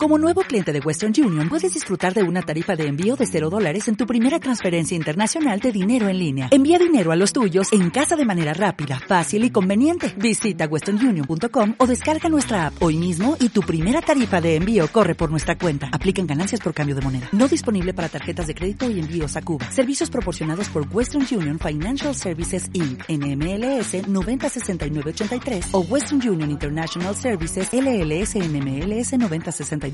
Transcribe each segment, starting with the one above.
Como nuevo cliente de Western Union, puedes disfrutar de una tarifa de envío de $0 en tu primera transferencia internacional de dinero en línea. Envía dinero a los tuyos en casa de manera rápida, fácil y conveniente. Visita westernunion.com o descarga nuestra app hoy mismo y tu primera tarifa de envío corre por nuestra cuenta. Aplican ganancias por cambio de moneda. No disponible para tarjetas de crédito y envíos a Cuba. Servicios proporcionados por Western Union Financial Services Inc. NMLS 906983 o Western Union International Services LLS NMLS 906985.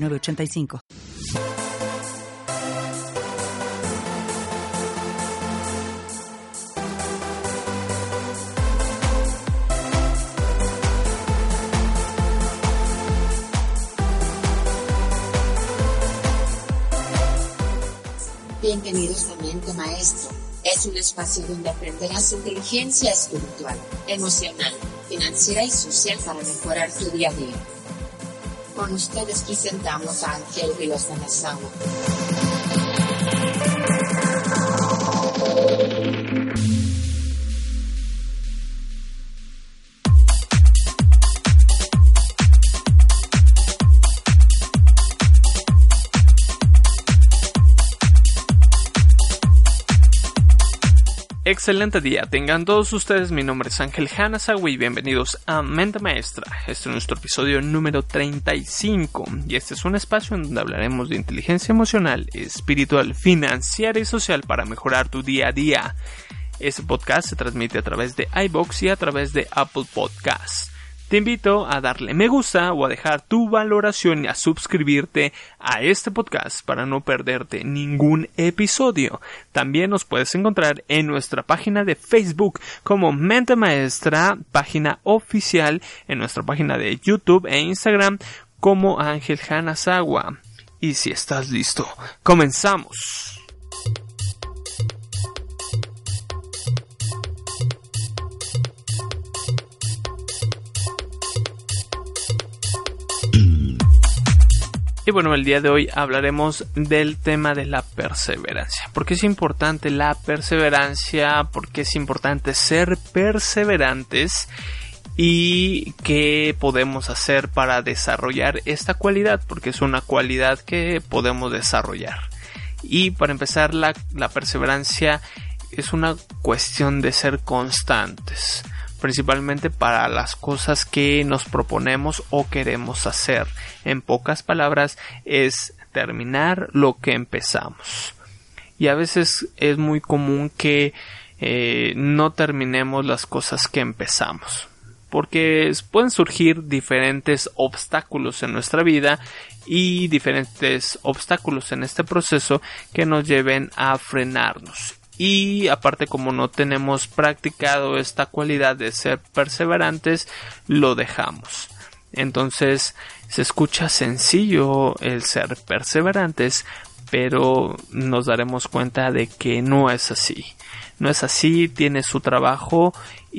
Bienvenidos a Mente Maestro. Es un espacio donde aprenderás inteligencia espiritual, emocional, financiera y social para mejorar tu día a día. Con ustedes presentamos a Ángel Ríos Anazawa. Excelente día, tengan todos ustedes. Mi nombre es Ángel Hanazawa y bienvenidos a Mente Maestra. Este es nuestro episodio número 35 y este es un espacio en donde hablaremos de inteligencia emocional, espiritual, financiera y social para mejorar tu día a día. Este podcast se transmite a través de iVoox y a través de Apple Podcasts. Te invito a darle me gusta o a dejar tu valoración y a suscribirte a este podcast para no perderte ningún episodio. También nos puedes encontrar en nuestra página de Facebook como Mente Maestra, página oficial, en nuestra página de YouTube e Instagram como Ángel Hanazawa. Y si estás listo, comenzamos. Y bueno, el día de hoy hablaremos del tema de la perseverancia. ¿Por qué es importante la perseverancia? ¿Por qué es importante ser perseverantes? ¿Y qué podemos hacer para desarrollar esta cualidad? Porque es una cualidad que podemos desarrollar. Y para empezar, la perseverancia es una cuestión de ser constantes, principalmente para las cosas que nos proponemos o queremos hacer. En pocas palabras, es terminar lo que empezamos. Y a veces es muy común que no terminemos las cosas que empezamos, porque pueden surgir diferentes obstáculos en nuestra vida y diferentes obstáculos en este proceso que nos lleven a frenarnos. Y aparte, como no tenemos practicado esta cualidad de ser perseverantes, lo dejamos. Entonces, se escucha sencillo el ser perseverantes, pero nos daremos cuenta de que no es así. No es así, tiene su trabajo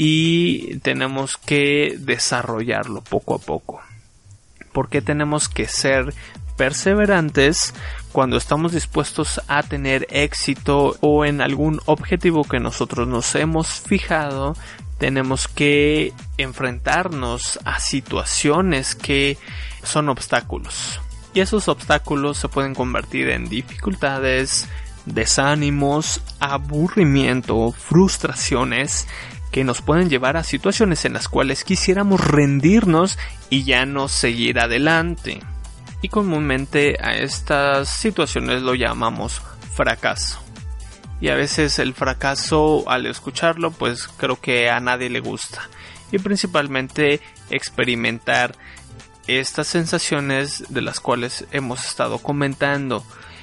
y tenemos que desarrollarlo poco a poco. ¿Por qué tenemos que ser perseverantes? Cuando estamos dispuestos a tener éxito o en algún objetivo que nosotros nos hemos fijado, tenemos que enfrentarnos a situaciones que son obstáculos. Y esos obstáculos se pueden convertir en dificultades, desánimos, aburrimiento, frustraciones, que nos pueden llevar a situaciones en las cuales quisiéramos rendirnos y ya no seguir adelante. Y comúnmente a estas situaciones lo llamamos fracaso. Y a veces el fracaso, al escucharlo, pues creo que a nadie le gusta. Y principalmente experimentar estas sensaciones de las cuales hemos estado comentando.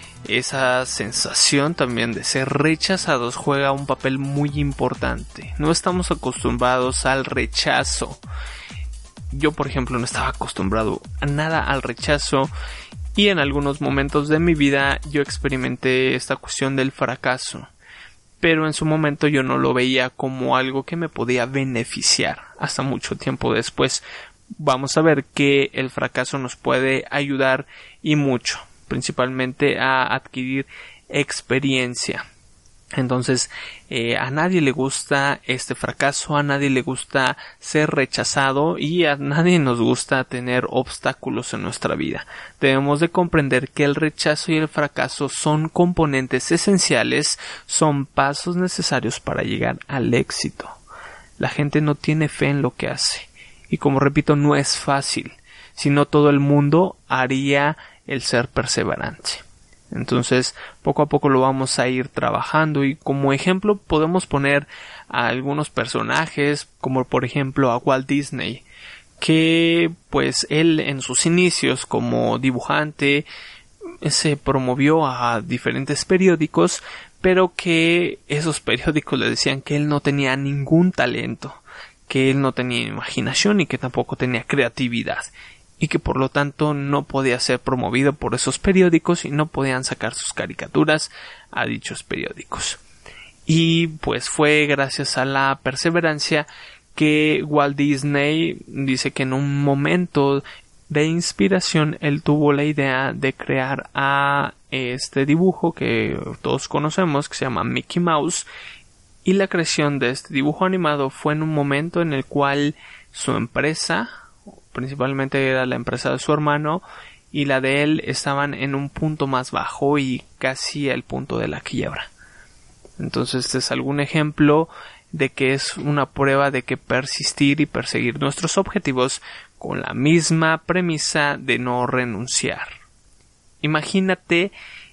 Esa sensación también de ser rechazados juega un papel muy importante. No estamos acostumbrados al rechazo. Yo, por ejemplo, no estaba acostumbrado a nada al rechazo y en algunos momentos de mi vida yo experimenté esta cuestión del fracaso. Pero en su momento yo no lo veía como algo que me podía beneficiar. Hasta mucho tiempo después vamos a ver que el fracaso nos puede ayudar y mucho, principalmente a adquirir experiencia. Entonces, a nadie le gusta este fracaso, a nadie le gusta ser rechazado y a nadie nos gusta tener obstáculos en nuestra vida. Debemos de comprender que el rechazo y el fracaso son componentes esenciales, son pasos necesarios para llegar al éxito. La gente no tiene fe en lo que hace y, como repito, no es fácil, si no todo el mundo haría el ser perseverante. Entonces, poco a poco lo vamos a ir trabajando y como ejemplo podemos poner a algunos personajes, como por ejemplo a Walt Disney, que pues él en sus inicios como dibujante se promovió a diferentes periódicos, pero que esos periódicos le decían que él no tenía ningún talento, que él no tenía imaginación y que tampoco tenía creatividad, y que por lo tanto no podía ser promovido por esos periódicos y no podían sacar sus caricaturas a dichos periódicos. Y pues fue gracias a la perseverancia que Walt Disney dice que en un momento de inspiración él tuvo la idea de crear a este dibujo que todos conocemos, que se llama Mickey Mouse, y la creación de este dibujo animado fue en un momento en el cual su empresa, principalmente era la empresa de su hermano, y la de él estaban en un punto más bajo y casi al punto de la quiebra. Entonces este es algún ejemplo de que es una prueba de que persistir y perseguir nuestros objetivos con la misma premisa de no renunciar. Imagínate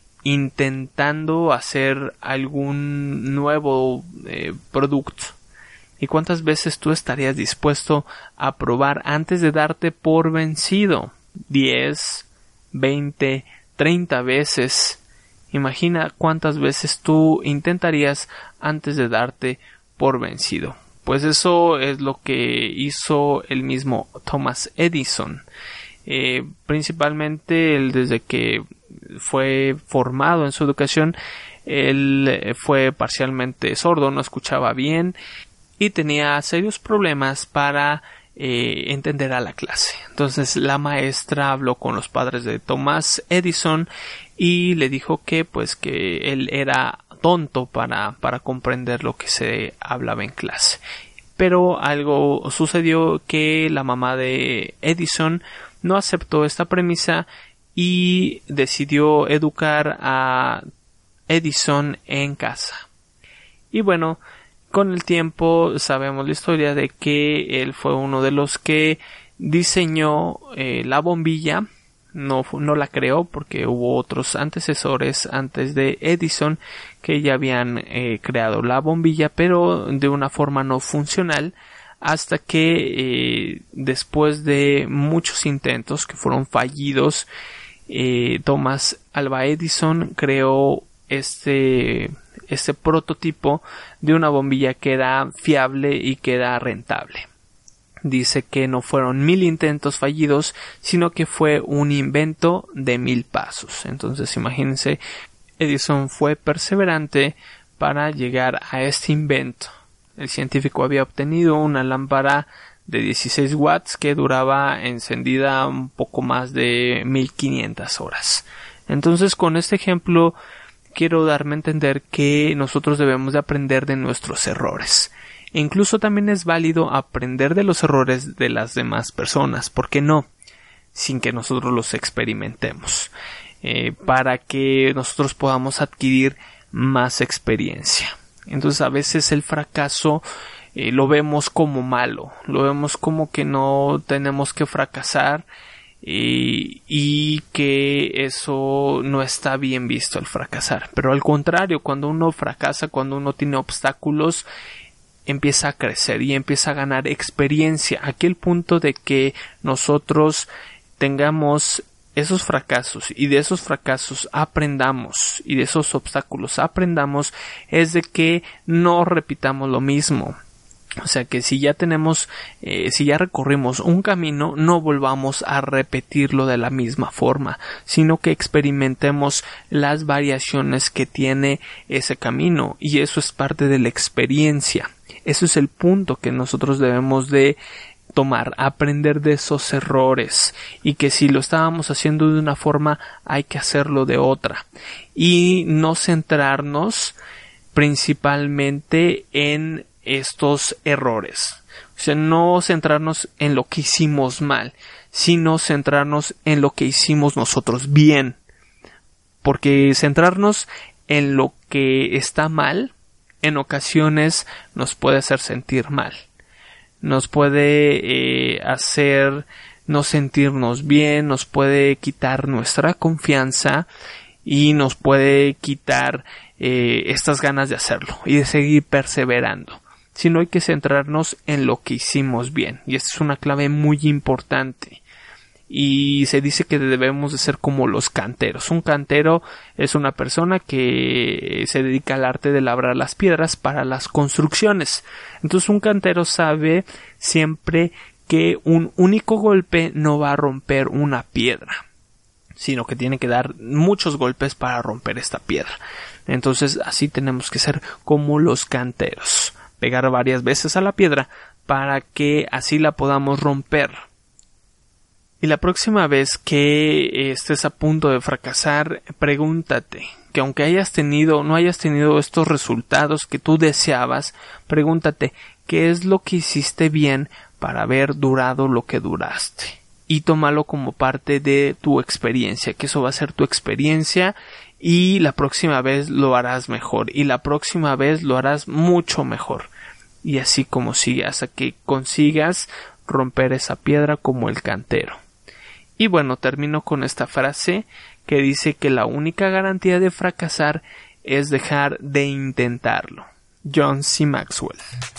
intentando hacer algún nuevo producto. ¿Y cuántas veces tú estarías dispuesto a probar antes de darte por vencido? 10, 20, 30 veces. Imagina cuántas veces tú intentarías antes de darte por vencido. Pues eso es lo que hizo el mismo Thomas Edison. Principalmente él, desde que fue formado en su educación, él fue parcialmente sordo, no escuchaba bien y tenía serios problemas para entender a la clase. Entonces la maestra habló con los padres de Thomas Edison y le dijo que pues que él era tonto para comprender lo que se hablaba en clase. Pero algo sucedió, que la mamá de Edison no aceptó esta premisa y decidió educar a Edison en casa. Y bueno, con el tiempo sabemos la historia de que él fue uno de los que diseñó la bombilla. No la creó porque hubo otros antecesores antes de Edison que ya habían creado la bombilla, pero de una forma no funcional, hasta que después de muchos intentos que fueron fallidos, Thomas Alva Edison creó este prototipo de una bombilla que era fiable y que era rentable. Dice que no fueron 1000 intentos fallidos, sino que fue un invento de 1000 pasos. Entonces imagínense, Edison fue perseverante para llegar a este invento. El científico había obtenido una lámpara de 16 watts que duraba encendida un poco más de 1500 horas. Entonces con este ejemplo quiero darme a entender que nosotros debemos de aprender de nuestros errores. E incluso también es válido aprender de los errores de las demás personas, ¿por qué no? Sin que nosotros los experimentemos, para que nosotros podamos adquirir más experiencia. Entonces a veces el fracaso lo vemos como malo, lo vemos como que no tenemos que fracasar y que eso no está bien visto, el fracasar. Pero al contrario, cuando uno fracasa, cuando uno tiene obstáculos, empieza a crecer y empieza a ganar experiencia, a aquel punto de que nosotros tengamos esos fracasos y de esos fracasos aprendamos y de esos obstáculos aprendamos, es de que no repitamos lo mismo. O sea que si ya recorrimos un camino, no volvamos a repetirlo de la misma forma, sino que experimentemos las variaciones que tiene ese camino, y eso es parte de la experiencia. Eso es el punto que nosotros debemos de tomar, aprender de esos errores, y que si lo estábamos haciendo de una forma hay que hacerlo de otra, y no centrarnos principalmente en estos errores. O sea, no centrarnos en lo que hicimos mal, sino centrarnos en lo que hicimos nosotros bien. Porque centrarnos en lo que está mal, en ocasiones nos puede hacer sentir mal. Nos puede hacer no sentirnos bien, nos puede quitar nuestra confianza y nos puede quitar estas ganas de hacerlo y de seguir perseverando. Sino hay que centrarnos en lo que hicimos bien. Y esta es una clave muy importante. Y se dice que debemos de ser como los canteros. Un cantero es una persona que se dedica al arte de labrar las piedras para las construcciones. Entonces un cantero sabe siempre que un único golpe no va a romper una piedra, sino que tiene que dar muchos golpes para romper esta piedra. Entonces así tenemos que ser como los canteros. Pegar varias veces a la piedra para que así la podamos romper. Y la próxima vez que estés a punto de fracasar, pregúntate, que aunque no hayas tenido estos resultados que tú deseabas, pregúntate, ¿qué es lo que hiciste bien para haber durado lo que duraste? Y tómalo como parte de tu experiencia, que eso va a ser tu experiencia y la próxima vez lo harás mejor y la próxima vez lo harás mucho mejor. Y así como sigue, hasta que consigas romper esa piedra como el cantero. Y bueno, termino con esta frase que dice que la única garantía de fracasar es dejar de intentarlo. John C. Maxwell.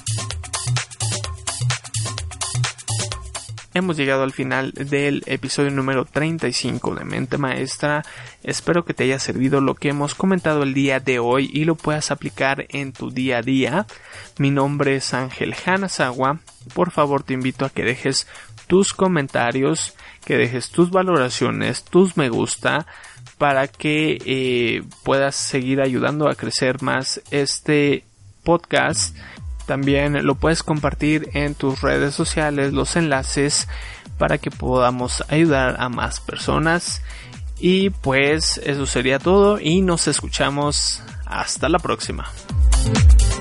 Hemos llegado al final del episodio número 35 de Mente Maestra. Espero que te haya servido lo que hemos comentado el día de hoy y lo puedas aplicar en tu día a día. Mi nombre es Ángel Hanazawa. Por favor, te invito a que dejes tus comentarios, que dejes tus valoraciones, tus me gusta, para que puedas seguir ayudando a crecer más este podcast. También lo puedes compartir en tus redes sociales, los enlaces, para que podamos ayudar a más personas. Y pues eso sería todo y nos escuchamos hasta la próxima.